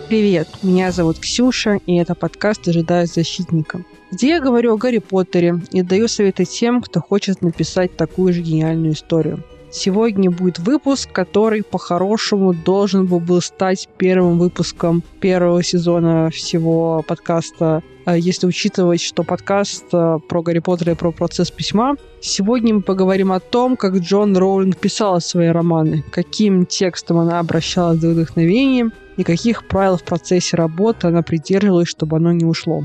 Привет, меня зовут Ксюша, и это подкаст «Ожидая защитника», где я говорю о Гарри Поттере и даю советы тем, кто хочет написать такую же гениальную историю. Сегодня будет выпуск, который по-хорошему должен был стать первым выпуском первого сезона всего подкаста, если учитывать, что подкаст про Гарри Поттера и про процесс письма. Сегодня мы поговорим о том, как Джон Роулинг писала свои романы, каким текстом она обращалась за вдохновением и каких правил в процессе работы она придерживалась, чтобы оно не ушло.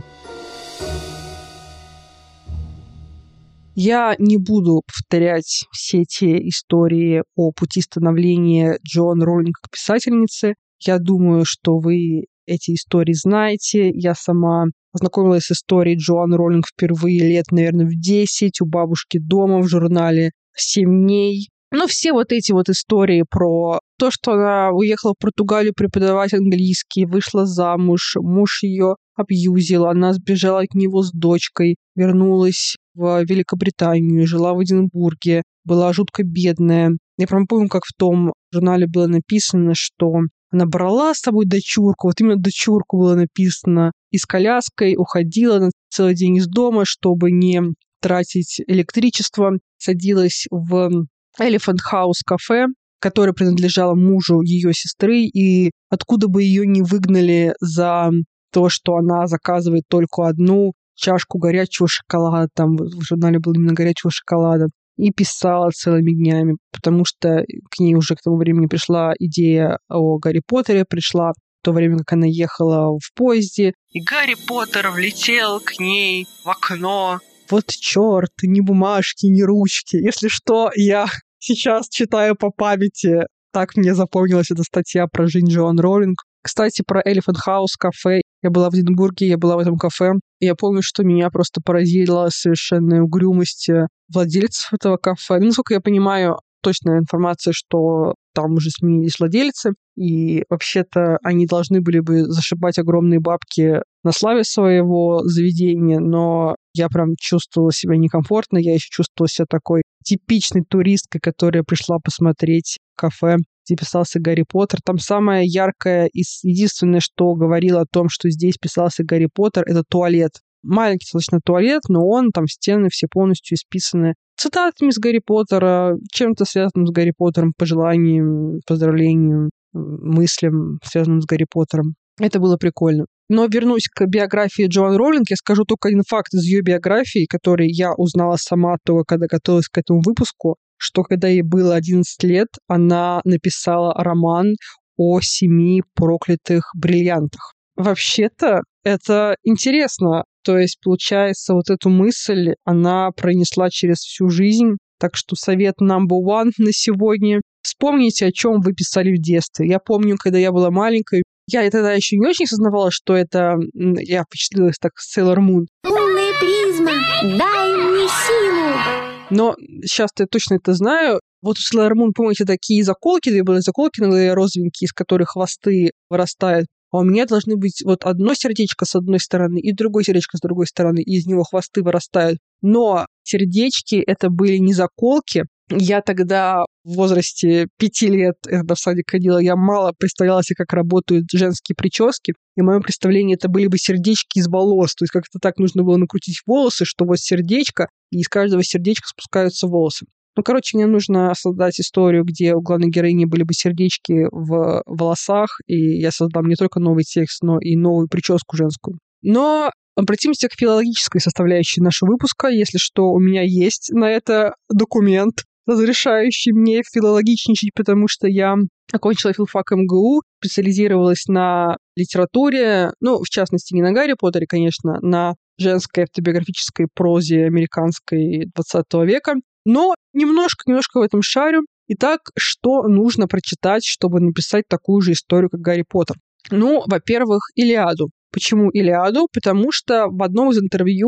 Я не буду повторять все те истории о пути становления Джон Роулинг как писательницы. Я думаю, что вы эти истории знаете. Я сама познакомилась с историей Джоан Роулинг впервые лет, наверное, в 10 у бабушки дома в журнале «7 дней». Но все вот эти вот истории про то, что она уехала в Португалию преподавать английский, вышла замуж, муж ее абьюзил, она сбежала от него с дочкой, вернулась в Великобританию, жила в Эдинбурге, была жутко бедная. Я прям помню, как в том журнале было написано, что она брала с собой дочурку, вот именно дочурку было написано, и с коляской уходила на целый день из дома, чтобы не тратить электричество, садилась в Elephant House кафе, которое принадлежало мужу ее сестры, и откуда бы ее не выгнали за то, что она заказывает только одну чашку горячего шоколада, там в журнале было именно горячего шоколада, и писала целыми днями, потому что к ней уже к тому времени пришла идея о Гарри Поттере, пришла в то время, как она ехала в поезде, и Гарри Поттер влетел к ней в окно. Вот черт, ни бумажки, ни ручки. Если что, я сейчас читаю по памяти. Так мне запомнилась эта статья про жизнь Джоан Роулинг. Кстати, про Elephant House кафе. Я была в Эдинбурге, я была в этом кафе. И я помню, что меня просто поразила совершенная угрюмость владельцев этого кафе. Ну, насколько я понимаю, точная информация, что там уже сменились владельцы, и вообще-то они должны были бы зашибать огромные бабки на славе своего заведения, но я прям чувствовала себя некомфортно, я еще чувствовала себя такой типичной туристкой, которая пришла посмотреть кафе, где писался Гарри Поттер. Там самое яркое и единственное, что говорило о том, что здесь писался Гарри Поттер, это туалет. Маленький достаточно туалет, но там стены все полностью исписаны цитатами с Гарри Поттера, чем-то связанным с Гарри Поттером, пожеланием, поздравлением, мыслям, связанным с Гарри Поттером. Это было прикольно. Но вернусь к биографии Джоан Роулинг. Я скажу только один факт из ее биографии, который я узнала сама только когда готовилась к этому выпуску, что когда ей было 11 лет, она написала роман о 7 проклятых бриллиантах. Вообще-то это интересно. То есть, получается, вот эту мысль она пронесла через всю жизнь. Так что совет number one на сегодня. Вспомните, о чем вы писали в детстве. Я помню, когда я была маленькой, я тогда еще не очень осознавала, что это... Я впечатлилась так с Sailor Moon. Лунная призма, дай мне силу. Но сейчас-то я точно это знаю. Вот у Sailor Moon, помните, такие заколки, две были заколки на голове розовенькие, из которых хвосты вырастают. А у меня должны быть вот одно сердечко с одной стороны и другое сердечко с другой стороны, и из него хвосты вырастают. Но сердечки это были не заколки. Я тогда в возрасте 5 лет, когда в садик ходила, я мало представляла себе, как работают женские прически. И в моем представлении это были бы сердечки из волос. То есть как-то так нужно было накрутить волосы, что вот сердечко, и из каждого сердечка спускаются волосы. Мне нужно создать историю, где у главной героини были бы сердечки в волосах, и я создам не только новый текст, но и новую прическу женскую. Но обратимся к филологической составляющей нашего выпуска. Если что, у меня есть на это документ, разрешающий мне филологичничать, потому что я окончила филфак МГУ, специализировалась на литературе, в частности, не на Гарри Поттере, конечно, на женской автобиографической прозе американской 20 века, но немножко в этом шарю. Итак, что нужно прочитать, чтобы написать такую же историю, как Гарри Поттер? Во-первых, Илиаду. Почему Илиаду? Потому что в одном из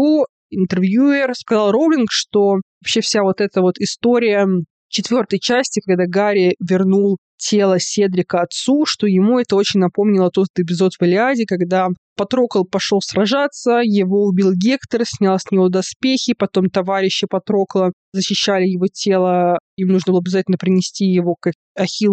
интервьюер сказал Роулинг, что вообще вся вот эта вот история 4-й части, когда Гарри вернул тело Седрика отцу, что ему это очень напомнило тот эпизод в Илиаде, когда Патрокл пошел сражаться, его убил Гектор, снял с него доспехи, потом товарищи Патрокла защищали его тело, им нужно было обязательно принести его к Ахиллу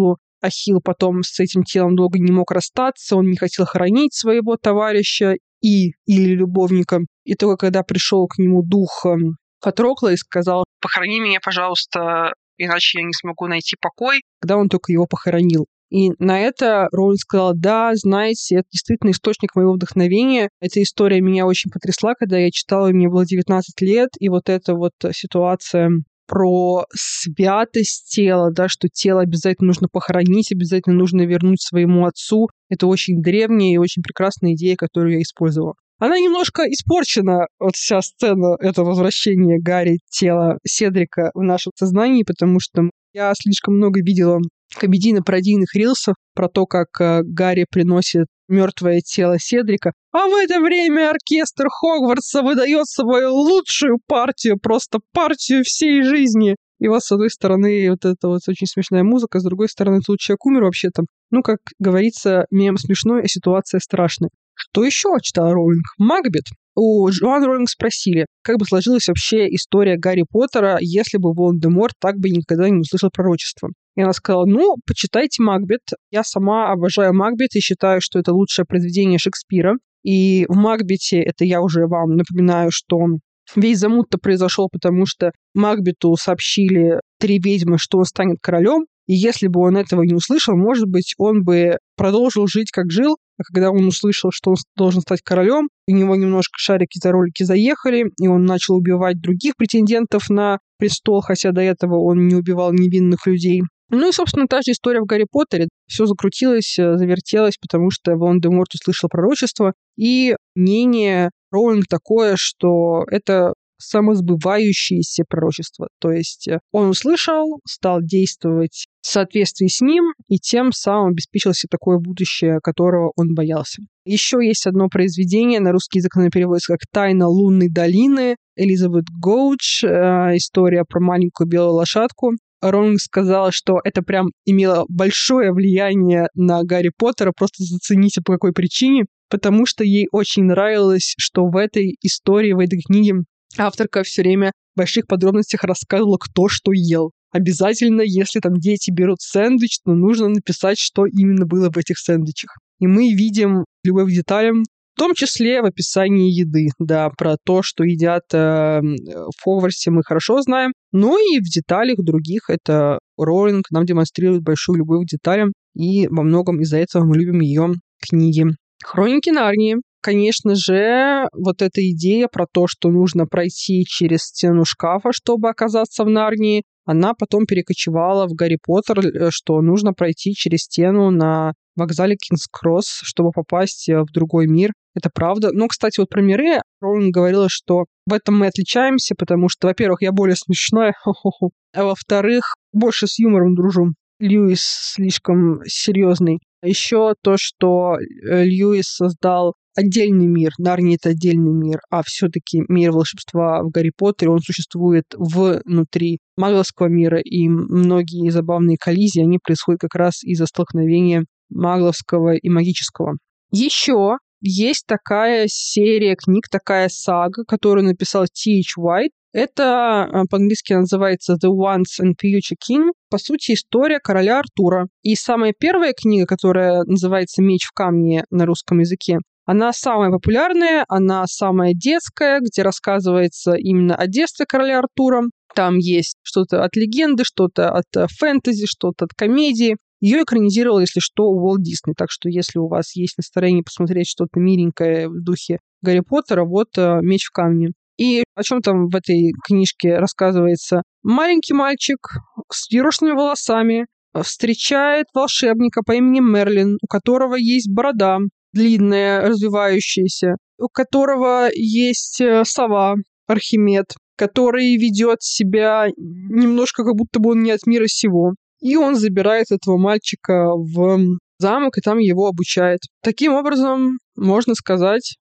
Ахилл потом с этим телом долго не мог расстаться, он не хотел хоронить своего товарища или любовника. И только когда пришел к нему дух Патрокла и сказал: «Похорони меня, пожалуйста, иначе я не смогу найти покой», когда он только его похоронил. И на это Роулинг сказала: да, знаете, это действительно источник моего вдохновения. Эта история меня очень потрясла, когда я читала, мне было 19 лет, и вот эта вот ситуация про святость тела, да, что тело обязательно нужно похоронить, обязательно нужно вернуть своему отцу. Это очень древняя и очень прекрасная идея, которую я использовала. Она немножко испорчена, вот вся сцена, это возвращение Гарри, тела Седрика в нашем сознании, потому что я слишком много видела комедийно-пародийных рилсов про то, как Гарри приносит мертвое тело Седрика, а в это время оркестр Хогвартса выдает свою лучшую партию, просто партию всей жизни. И вот с одной стороны вот эта вот очень смешная музыка, с другой стороны тут человек умер вообще-то. Ну, как говорится, мем смешной, а ситуация страшная. Что еще читала Роулинг? Макбет. У Джоан Роулинг спросили, как бы сложилась вообще история Гарри Поттера, если бы Волан-де-Морт так бы никогда не услышал пророчество. И она сказала: почитайте Макбет. Я сама обожаю Макбет и считаю, что это лучшее произведение Шекспира. И в Макбете, это я уже вам напоминаю, что весь замут-то произошел, потому что Макбету сообщили 3 ведьмы, что он станет королем. И если бы он этого не услышал, может быть, он бы продолжил жить, как жил. А когда он услышал, что он должен стать королем, у него немножко шарики за ролики заехали, и он начал убивать других претендентов на престол, хотя до этого он не убивал невинных людей. Ну и, собственно, та же история в Гарри Поттере. Все закрутилось, завертелось, потому что Волан-де-Морт услышал пророчество. И мнение Роулинг такое, что это самосбывающееся пророчество. То есть он услышал, стал действовать в соответствии с ним, и тем самым обеспечил себе такое будущее, которого он боялся. Еще есть одно произведение, на русский язык оно переводится как «Тайна лунной долины», Элизабет Гоудж, история про маленькую белую лошадку. Роулинг сказала, что это прям имело большое влияние на Гарри Поттера, просто зацените, по какой причине, потому что ей очень нравилось, что в этой истории, в этой книге авторка все время в больших подробностях рассказывала, кто что ел. Обязательно, если там дети берут сэндвич, то нужно написать, что именно было в этих сэндвичах. И мы видим любовь к деталям, в том числе в описании еды. Да, про то, что едят в Хогвартсе, мы хорошо знаем. Но и в деталях других это Роулинг нам демонстрирует большую любовь к деталям. И во многом из-за этого мы любим ее книги. Хроники Нарнии. Конечно же, вот эта идея про то, что нужно пройти через стену шкафа, чтобы оказаться в Нарнии, она потом перекочевала в Гарри Поттер, что нужно пройти через стену на вокзале Кингс-Кросс, чтобы попасть в другой мир. Это правда. Но, кстати, вот про миры Роулинг говорила, что в этом мы отличаемся, потому что, во-первых, я более смешная, а во-вторых, больше с юмором дружу. Льюис слишком серьезный. Еще то, что Льюис создал отдельный мир. Нарния — это отдельный мир, а все-таки мир волшебства в Гарри Поттере, он существует внутри магловского мира, и многие забавные коллизии, они происходят как раз из-за столкновения магловского и магического. Еще есть такая серия книг, такая сага, которую написал Т.H. Уайт. Это по-английски называется The Once and Future King. По сути, история короля Артура. И самая первая книга, которая называется «Меч в камне» на русском языке, она самая популярная, она самая детская, где рассказывается именно о детстве короля Артура. Там есть что-то от легенды, что-то от фэнтези, что-то от комедии. Ее экранизировал, если что, Уолт Дисней. Так что, если у вас есть настроение посмотреть что-то миленькое в духе Гарри Поттера, вот «Меч в камне». И о чем там в этой книжке рассказывается? Маленький мальчик с взъерошенными волосами встречает волшебника по имени Мерлин, у которого есть борода длинная, развивающаяся, у которого есть сова Архимед, который ведет себя немножко, как будто бы он не от мира сего. И он забирает этого мальчика в замок и там его обучает. Таким образом, можно сказать,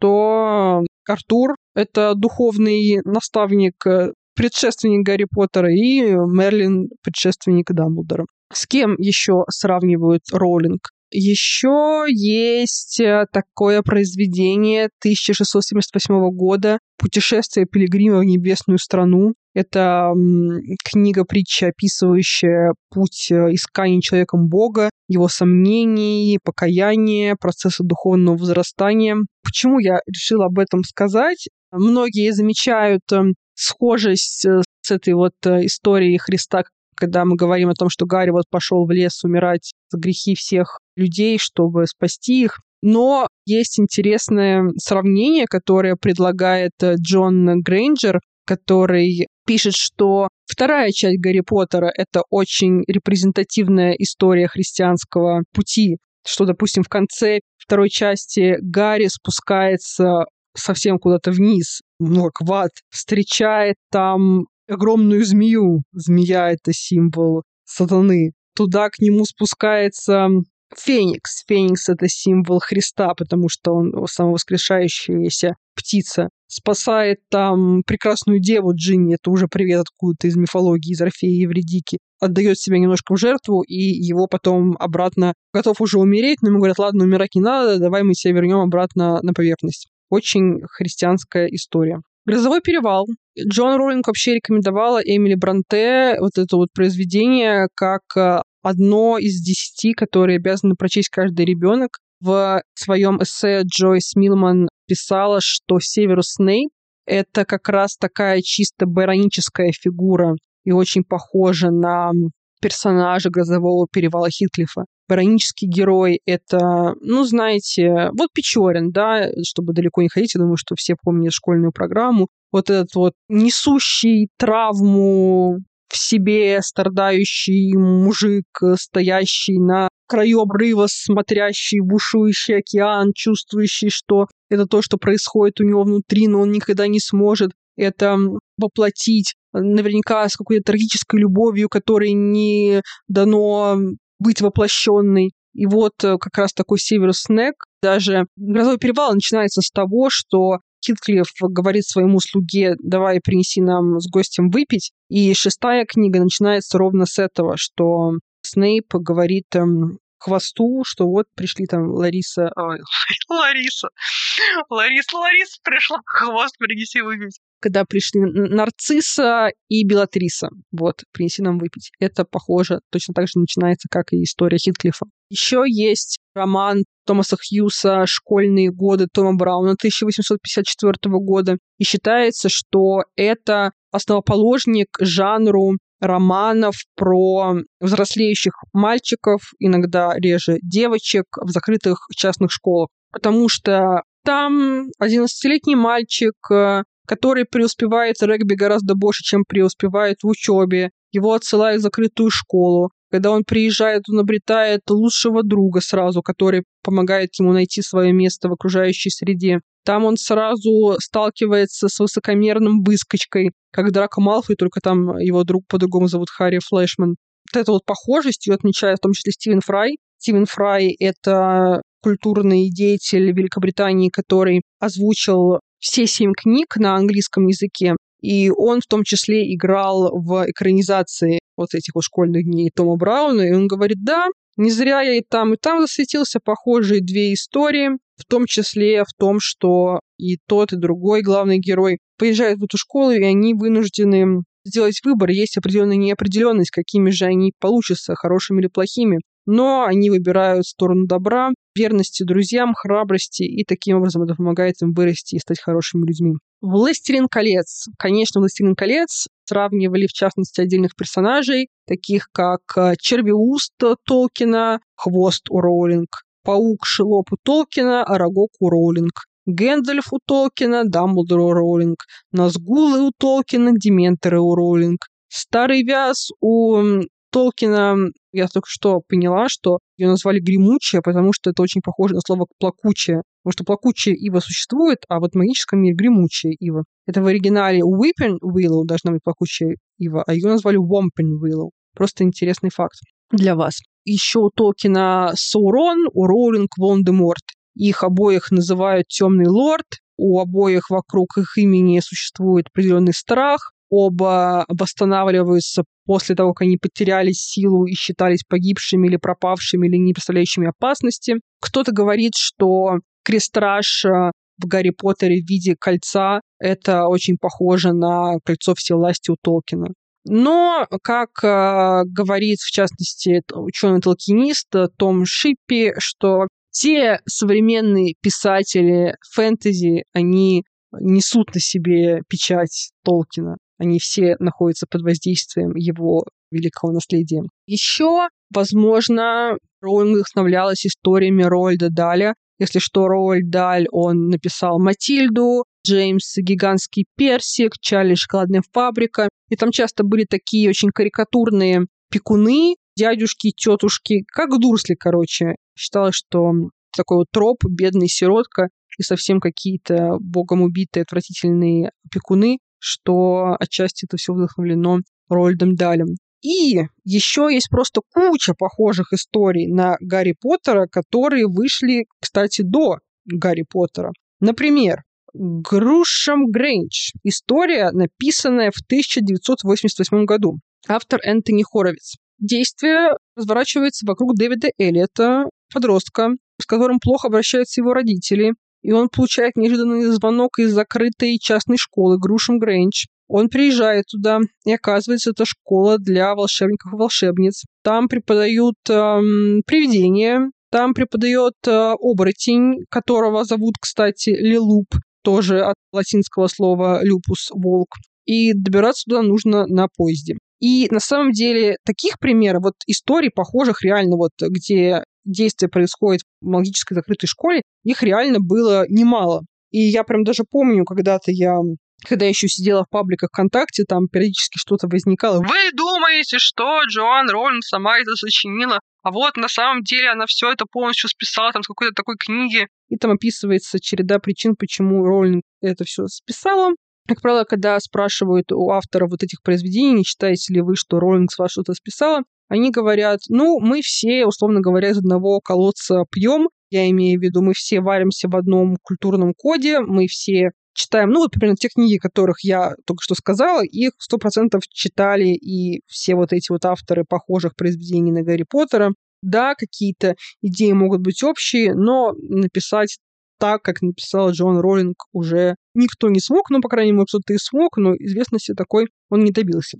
что Артур — это духовный наставник, предшественник Гарри Поттера, и Мерлин — предшественник Дамблдора. С кем еще сравнивают Роулинг? Еще есть такое произведение 1678 года «Путешествие пилигрима в небесную страну». Это книга-притча, описывающая путь искания человеком Бога, его сомнений, покаяния, процесса духовного возрастания. Почему я решила об этом сказать? Многие замечают схожесть с этой историей Христа, когда мы говорим о том, что Гарри пошел в лес умирать за грехи всех людей, чтобы спасти их. Но есть интересное сравнение, которое предлагает Джон Грейнджер, который пишет, что вторая часть Гарри Поттера — это очень репрезентативная история христианского пути, что, допустим, в конце второй части Гарри спускается совсем куда-то вниз, как в ад, встречает там огромную змею. Змея — это символ сатаны. Туда к нему спускается Феникс. Феникс — это символ Христа, потому что он самовоскрешающаяся птица. Спасает там прекрасную деву Джинни, это уже привет откуда-то из мифологии, из Орфея и Евридики. Отдает себя немножко в жертву, и его потом обратно готов уже умереть, но ему говорят: ладно, умирать не надо, давай мы тебя вернем обратно на поверхность. Очень христианская история. «Грозовой перевал». Джон Роулинг вообще рекомендовала Эмили Бронте это произведение как одно из 10, которые обязаны прочесть каждый ребенок. В своем эссе Джойс Милман писала, что Северус Снейп — это как раз такая чисто байроническая фигура и очень похожа на персонажа «Грозового перевала» Хитклифа. Байронический герой — это, знаете, Печорин, да, чтобы далеко не ходить, я думаю, что все помнят школьную программу. Этот несущий травму в себе страдающий мужик, стоящий на краю обрыва, смотрящий в бушующий океан, чувствующий, что это то, что происходит у него внутри, но он никогда не сможет это воплотить. Наверняка с какой-то трагической любовью, которой не дано быть воплощенной. И как раз такой Северус Снег. Даже «Грозовой перевал» начинается с того, что Хитклифф говорит своему слуге: давай принеси нам с гостем выпить. И 6-я книга начинается ровно с этого, что Снейп говорит Хвосту, что пришли там Лариса пришла, Хвост принеси выпить. Когда пришли Нарцисса и Белатриса, принеси нам выпить. Это похоже, точно так же начинается, как и история Хитклиффа. Еще есть роман Томаса Хьюса «Школьные годы» Тома Брауна 1854 года. И считается, что это основоположник жанру романов про взрослеющих мальчиков, иногда реже девочек, в закрытых частных школах. Потому что там 11-летний мальчик, который преуспевает в регби гораздо больше, чем преуспевает в учебе. Его отсылают в закрытую школу. Когда он приезжает, он обретает лучшего друга сразу, который помогает ему найти свое место в окружающей среде. Там он сразу сталкивается с высокомерным выскочкой, как Драко Малфой, только там его друг по-другому зовут Харри Флешман. Эта похожесть ее отмечает в том числе Стивен Фрай. Стивен Фрай — это культурный деятель Великобритании, который озвучил все 7 книг на английском языке. И он в том числе играл в экранизации этих школьных дней Тома Брауна. И он говорит: да, не зря я и там засветился. Похожие 2 истории, в том числе в том, что и тот, и другой главный герой приезжают в эту школу, и они вынуждены сделать выбор. Есть определенная неопределенность, какими же они получатся, хорошими или плохими. Но они выбирают сторону добра, верности друзьям, храбрости, и таким образом это помогает им вырасти и стать хорошими людьми. «Властелин колец». Конечно, «Властелин колец» сравнивали, в частности, отдельных персонажей, таких как Червеуст Толкина, Хвост у Роулинг, Паук-шелоп у Толкина, Арагог у Роулинг, Гэндальф у Толкина, Дамблдор у Роулинг, Назгулы у Толкина, Дементоры у Роулинг, Старый Вяз у Толкина. Я только что поняла, что ее назвали гремучая, потому что это очень похоже на слово плакучая. Потому что плакучая ива существует, а в магическом мире гремучая ива. Это в оригинале Weeping Willow должна быть плакучая ива, а ее назвали Whomping Willow. Просто интересный факт для вас. Еще у Толкина Саурон, у Роулинг Волан-де-Морт. Их обоих называют Темный Лорд, у обоих вокруг их имени существует определенный страх, оба восстанавливаются после того, как они потеряли силу и считались погибшими или пропавшими, или не представляющими опасности. Кто-то говорит, что Крестраж в Гарри Поттере в виде кольца — это очень похоже на кольцо всевластия у Толкина. Но, как говорит, в частности, ученый-толкинист Том Шиппи, что те современные писатели фэнтези, они несут на себе печать Толкина. Они все находятся под воздействием его великого наследия. Еще, возможно, Роулинг вдохновлялась историями Роальда Даля. Если что, Роальд Даль, он написал «Матильду», Джеймс «Гигантский персик», Чарли «Шоколадная фабрика». И там часто были такие очень карикатурные пекуны, дядюшки, тетушки, как Дурсли, короче. Считалось, что такой вот троп, бедный сиротка и совсем какие-то богом убитые отвратительные пекуны, что отчасти это все вдохновлено Роальдом Далем. И еще есть просто куча похожих историй на Гарри Поттера, которые вышли, кстати, до Гарри Поттера. Например, Грушем Грэндж. История, написанная в 1988 году. Автор Энтони Хоровиц. Действие разворачивается вокруг Дэвида Эллиота, подростка, с которым плохо обращаются его родители, и он получает неожиданный звонок из закрытой частной школы Грушем Грэндж. Он приезжает туда, и оказывается, это школа для волшебников и волшебниц. Там преподают привидения, там преподает оборотень, которого зовут, кстати, Лилуп, тоже от латинского слова «люпус» — волк. И добираться туда нужно на поезде. И на самом деле таких примеров, вот историй похожих реально, вот где действие происходит в магической закрытой школе, их реально было немало. И я прям даже помню, когда я еще сидела в пабликах ВКонтакте, там периодически что-то возникало. Вы думаете, что Джоан Роулинг сама это сочинила? А вот на самом деле она все это полностью списала там с какой-то такой книги. И там описывается череда причин, почему Роулинг это все списала. Как правило, когда спрашивают у автора вот этих произведений, не считаете ли вы, что Роулинг с вас что-то списала, они говорят, мы все, условно говоря, из одного колодца пьем. Я имею в виду, мы все варимся в одном культурном коде, мы все читаем, примерно те книги, которых я только что сказала, их 100% читали и все вот эти вот авторы похожих произведений на Гарри Поттера. Да, какие-то идеи могут быть общие, но написать так, как написала Джоан Роулинг, уже никто не смог, по крайней мере, кто-то и смог, но известности такой он не добился.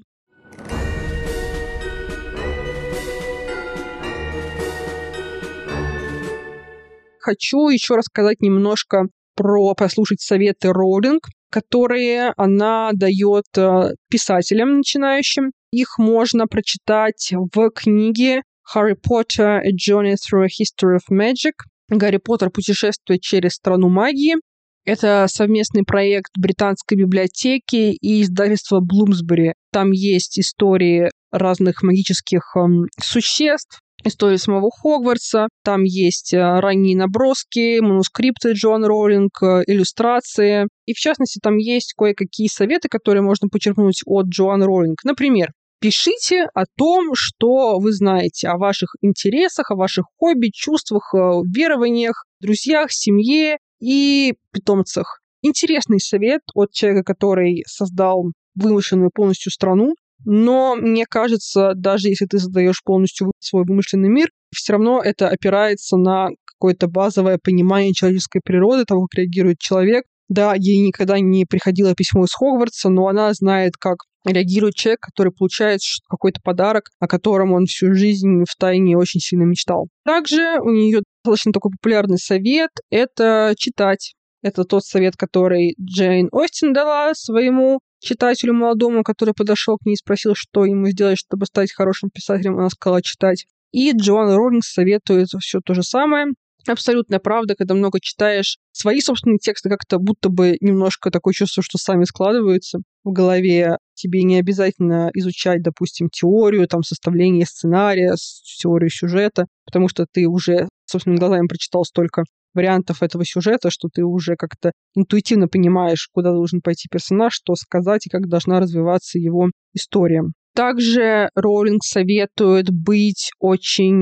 Хочу еще рассказать немножко послушать советы Роулинг, которые она дает писателям начинающим. Их можно прочитать в книге «Harry Potter: A Journey Through a History of Magic». «Гарри Поттер. Путешествие через страну магии». Это совместный проект Британской библиотеки и издательства Блумсбери. Там есть истории разных магических существ, истории самого Хогвартса, там есть ранние наброски, манускрипты Джоан Роулинг, иллюстрации. И, в частности, там есть кое-какие советы, которые можно почерпнуть от Джоан Роулинг. Например, пишите о том, что вы знаете, о ваших интересах, о ваших хобби, чувствах, верованиях, друзьях, семье и питомцах. Интересный совет от человека, который создал вымышленную полностью страну. Но мне кажется, даже если ты создаешь полностью свой вымышленный мир, все равно это опирается на какое-то базовое понимание человеческой природы, того, как реагирует человек. Да, ей никогда не приходило письмо из Хогвартса, но она знает, как реагирует человек, который получает какой-то подарок, о котором он всю жизнь втайне очень сильно мечтал. Также у нее достаточно такой популярный совет – это читать. Это тот совет, который Джейн Остин дала своему читателю молодому, который подошел к ней и спросил, что ему сделать, чтобы стать хорошим писателем. Она сказала читать. И Джоан Роулинг советует все то же самое. Абсолютная правда, когда много читаешь свои собственные тексты, как-то будто бы немножко такое чувство, что сами складываются в голове. Тебе не обязательно изучать, допустим, теорию, составление сценария, теорию сюжета, потому что ты уже собственными глазами прочитал столько вариантов этого сюжета, что ты уже как-то интуитивно понимаешь, куда должен пойти персонаж, что сказать и как должна развиваться его история. Также Роулинг советует быть очень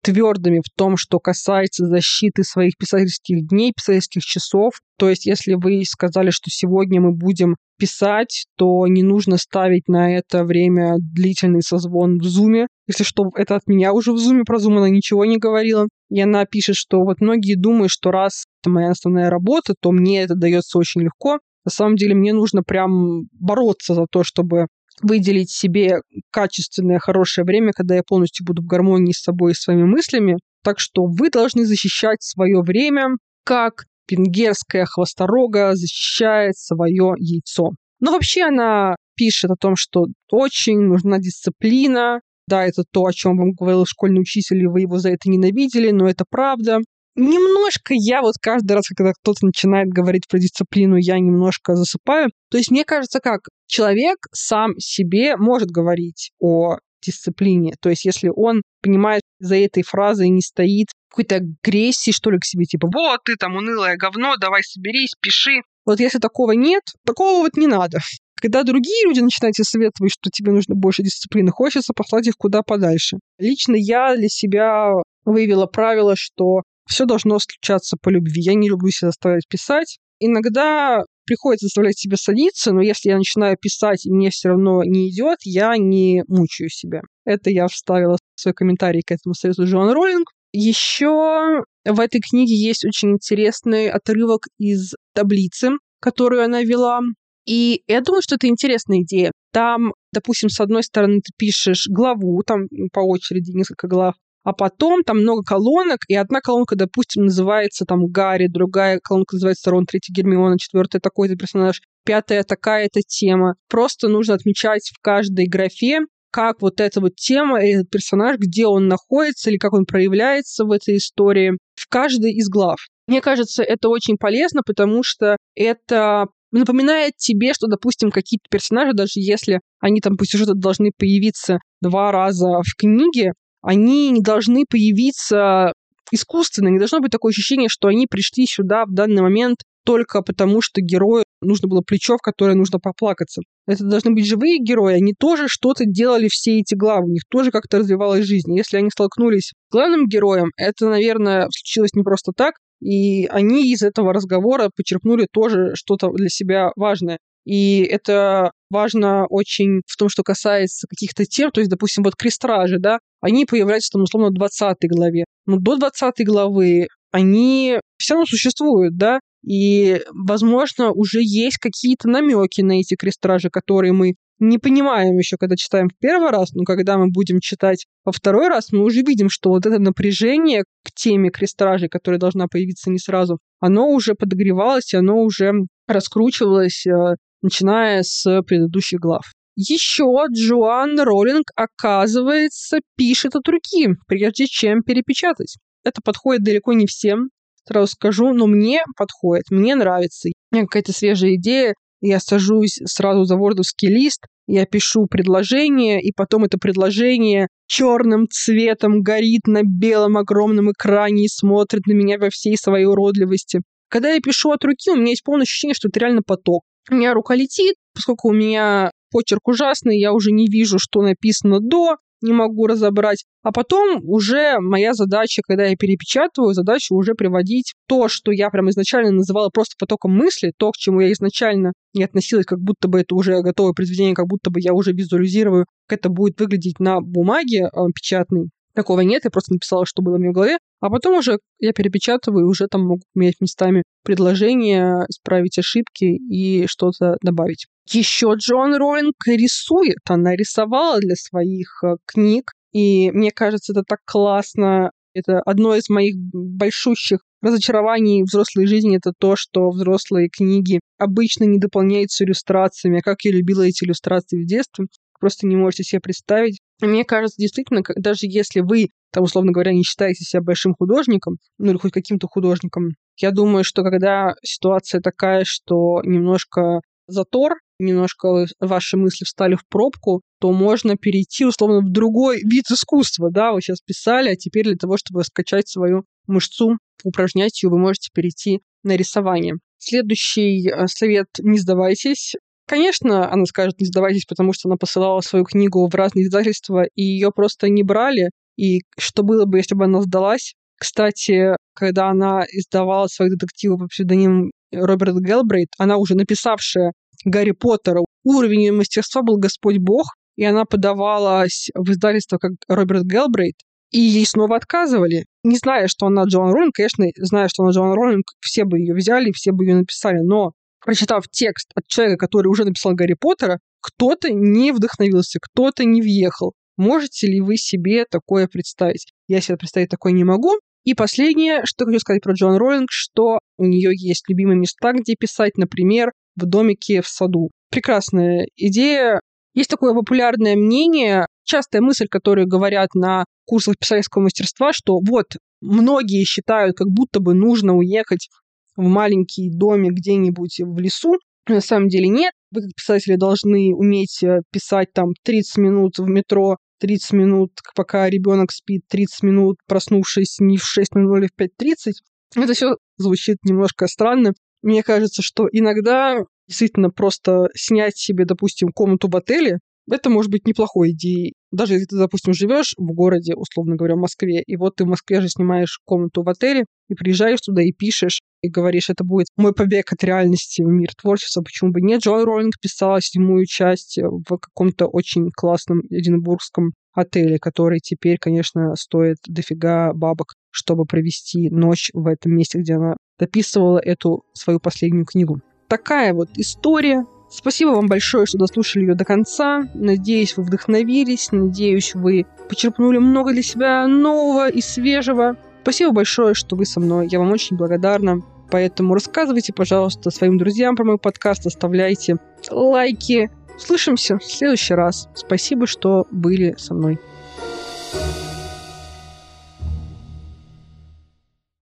твердыми в том, что касается защиты своих писательских дней, писательских часов. То есть, если вы сказали, что сегодня мы будем писать, то не нужно ставить на это время длительный созвон в Zoom. Если что, это от меня уже в Zoom про Zoom она ничего не говорила. И она пишет, что вот многие думают, что раз это моя основная работа, то мне это дается очень легко. На самом деле мне нужно прям бороться за то, чтобы выделить себе качественное, хорошее время, когда я полностью буду в гармонии с собой и своими мыслями. Так что вы должны защищать свое время, как венгерская хвосторога защищает свое яйцо. Но вообще она пишет о том, что очень нужна дисциплина. Да, это то, о чем вам говорил школьный учитель, и вы его за это ненавидели, но это правда. Немножко я вот каждый раз, когда кто-то начинает говорить про дисциплину, я немножко засыпаю. То есть мне кажется, как человек сам себе может говорить о дисциплине. То есть если он понимает, за этой фразой не стоит какой-то агрессии, что ли, к себе, типа «Вот ты там унылое говно, давай соберись, пиши». Вот если такого нет, такого вот не надо. Когда другие люди начинают тебе советовать, что тебе нужно больше дисциплины, хочется послать их куда подальше. Лично я для себя выявила правило, что все должно случаться по любви. Я не люблю себя заставлять писать. Иногда приходится заставлять себя садиться, но если я начинаю писать, и мне все равно не идет, я не мучаю себя. Это я вставила в свой комментарий к этому совету Джоан Роулинг. Еще в этой книге есть очень интересный отрывок из таблицы, которую она вела. И я думаю, что это интересная идея. Там, допустим, с одной стороны ты пишешь главу, там по очереди несколько глав, а потом там много колонок, и одна колонка, допустим, называется там Гарри, другая колонка называется Рон, третья Гермиона, четвертая такой-то персонаж, пятая такая-то тема. Просто нужно отмечать в каждой графе, как вот эта вот тема, этот персонаж, где он находится или как он проявляется в этой истории, в каждой из глав. Мне кажется, это очень полезно, потому что это напоминает тебе, что, допустим, какие-то персонажи, даже если они там по сюжету должны появиться 2 раза в книге, они не должны появиться искусственно, не должно быть такое ощущение, что они пришли сюда в данный момент только потому, что герою нужно было плечо, в которое нужно поплакаться. Это должны быть живые герои, они тоже что-то делали все эти главы, у них тоже как-то развивалась жизнь. Если они столкнулись с главным героем, это, наверное, случилось не просто так, и они из этого разговора почерпнули тоже что-то для себя важное. И это важно очень в том, что касается каких-то тем, то есть, допустим, вот крестражи, да, они появляются там, условно, в 20 главе. Но до 20 главы они все равно существуют, да, и, возможно, уже есть какие-то намеки на эти крестражи, которые мы не понимаем еще, когда читаем в первый раз, но когда мы будем читать во второй раз, мы уже видим, что вот это напряжение к теме крестражей, которая должна появиться не сразу, оно уже подогревалось, и оно уже раскручивалось, начиная с предыдущих глав. Еще Джоан Роулинг, оказывается, пишет от руки, прежде чем перепечатать. Это подходит далеко не всем, сразу скажу, но мне подходит, мне нравится. У меня какая-то свежая идея, я сажусь сразу за вордовский лист, я пишу предложение, и потом это предложение черным цветом горит на белом огромном экране и смотрит на меня во всей своей уродливости. Когда я пишу от руки, у меня есть полное ощущение, что это реально поток. У меня рука летит, поскольку у меня почерк ужасный, я уже не вижу, что написано до, не могу разобрать. А потом уже моя задача, когда я перепечатываю, задача уже приводить то, что я прям изначально называла просто потоком мысли, то, к чему я изначально не относилась, как будто бы это уже готовое произведение, как будто бы я уже визуализирую, как это будет выглядеть на бумаге печатной. Такого нет, я просто написала, что было в моей голове. А потом уже я перепечатываю, и уже там могу менять местами предложения, исправить ошибки и что-то добавить. Еще Джоан Роулинг рисует. Она рисовала для своих книг. И мне кажется, это так классно. Это одно из моих большущих разочарований в взрослой жизни. Это то, что взрослые книги обычно не дополняются иллюстрациями. А как я любила эти иллюстрации в детстве. Просто не можете себе представить. Мне кажется, действительно, даже если вы, там, условно говоря, не считаете себя большим художником, ну или хоть каким-то художником, я думаю, что когда ситуация такая, что немножко затор, немножко ваши мысли встали в пробку, то можно перейти, условно, в другой вид искусства. Да, вы сейчас писали, а теперь для того, чтобы скачать свою мышцу, упражнять ее, вы можете перейти на рисование. Следующий совет – не сдавайтесь. Конечно, она скажет, не сдавайтесь, потому что она посылала свою книгу в разные издательства, и ее просто не брали. И что было бы, если бы она сдалась? Кстати, когда она издавала свои детективы по псевдониму Роберт Гелбрейт, она уже написавшая Гарри Поттера, уровень ее мастерства был Господь Бог, и она подавалась в издательство как Роберт Гелбрейт, и ей снова отказывали. Не зная, что она Джоан Роулинг, конечно, зная, что она Джоан Роулинг, все бы ее взяли, все бы ее написали, но прочитав текст от человека, который уже написал Гарри Поттера, кто-то не вдохновился, кто-то не въехал. Можете ли вы себе такое представить? Я себе представить такое не могу. И последнее, что хочу сказать про Джоан Роулинг, что у нее есть любимые места, где писать, например, в домике в саду. Прекрасная идея. Есть такое популярное мнение, частая мысль, которую говорят на курсах писательского мастерства, что вот многие считают, как будто бы нужно уехать в маленький домик где-нибудь в лесу. На самом деле нет. Вы, как писатели, должны уметь писать там 30 минут в метро, 30 минут, пока ребенок спит, 30 минут, проснувшись не в 6:00 или в 5:30. Это все звучит немножко странно. Мне кажется, что иногда действительно просто снять себе, допустим, комнату в отеле, это может быть неплохой идеей. Даже если ты, допустим, живешь в городе, условно говоря, в Москве, и вот ты в Москве же снимаешь комнату в отеле, и приезжаешь туда и пишешь, и говоришь, это будет мой побег от реальности в мир творчества. Почему бы нет? Джоан Роулинг писала 7-ю часть в каком-то очень классном эдинбургском отеле, который теперь, конечно, стоит дофига бабок, чтобы провести ночь в этом месте, где она дописывала эту свою последнюю книгу. Такая вот история. Спасибо вам большое, что дослушали ее до конца. Надеюсь, вы вдохновились. Надеюсь, вы почерпнули много для себя нового и свежего. Спасибо большое, что вы со мной. Я вам очень благодарна. Поэтому рассказывайте, пожалуйста, своим друзьям про мой подкаст. Оставляйте лайки. Услышимся в следующий раз. Спасибо, что были со мной.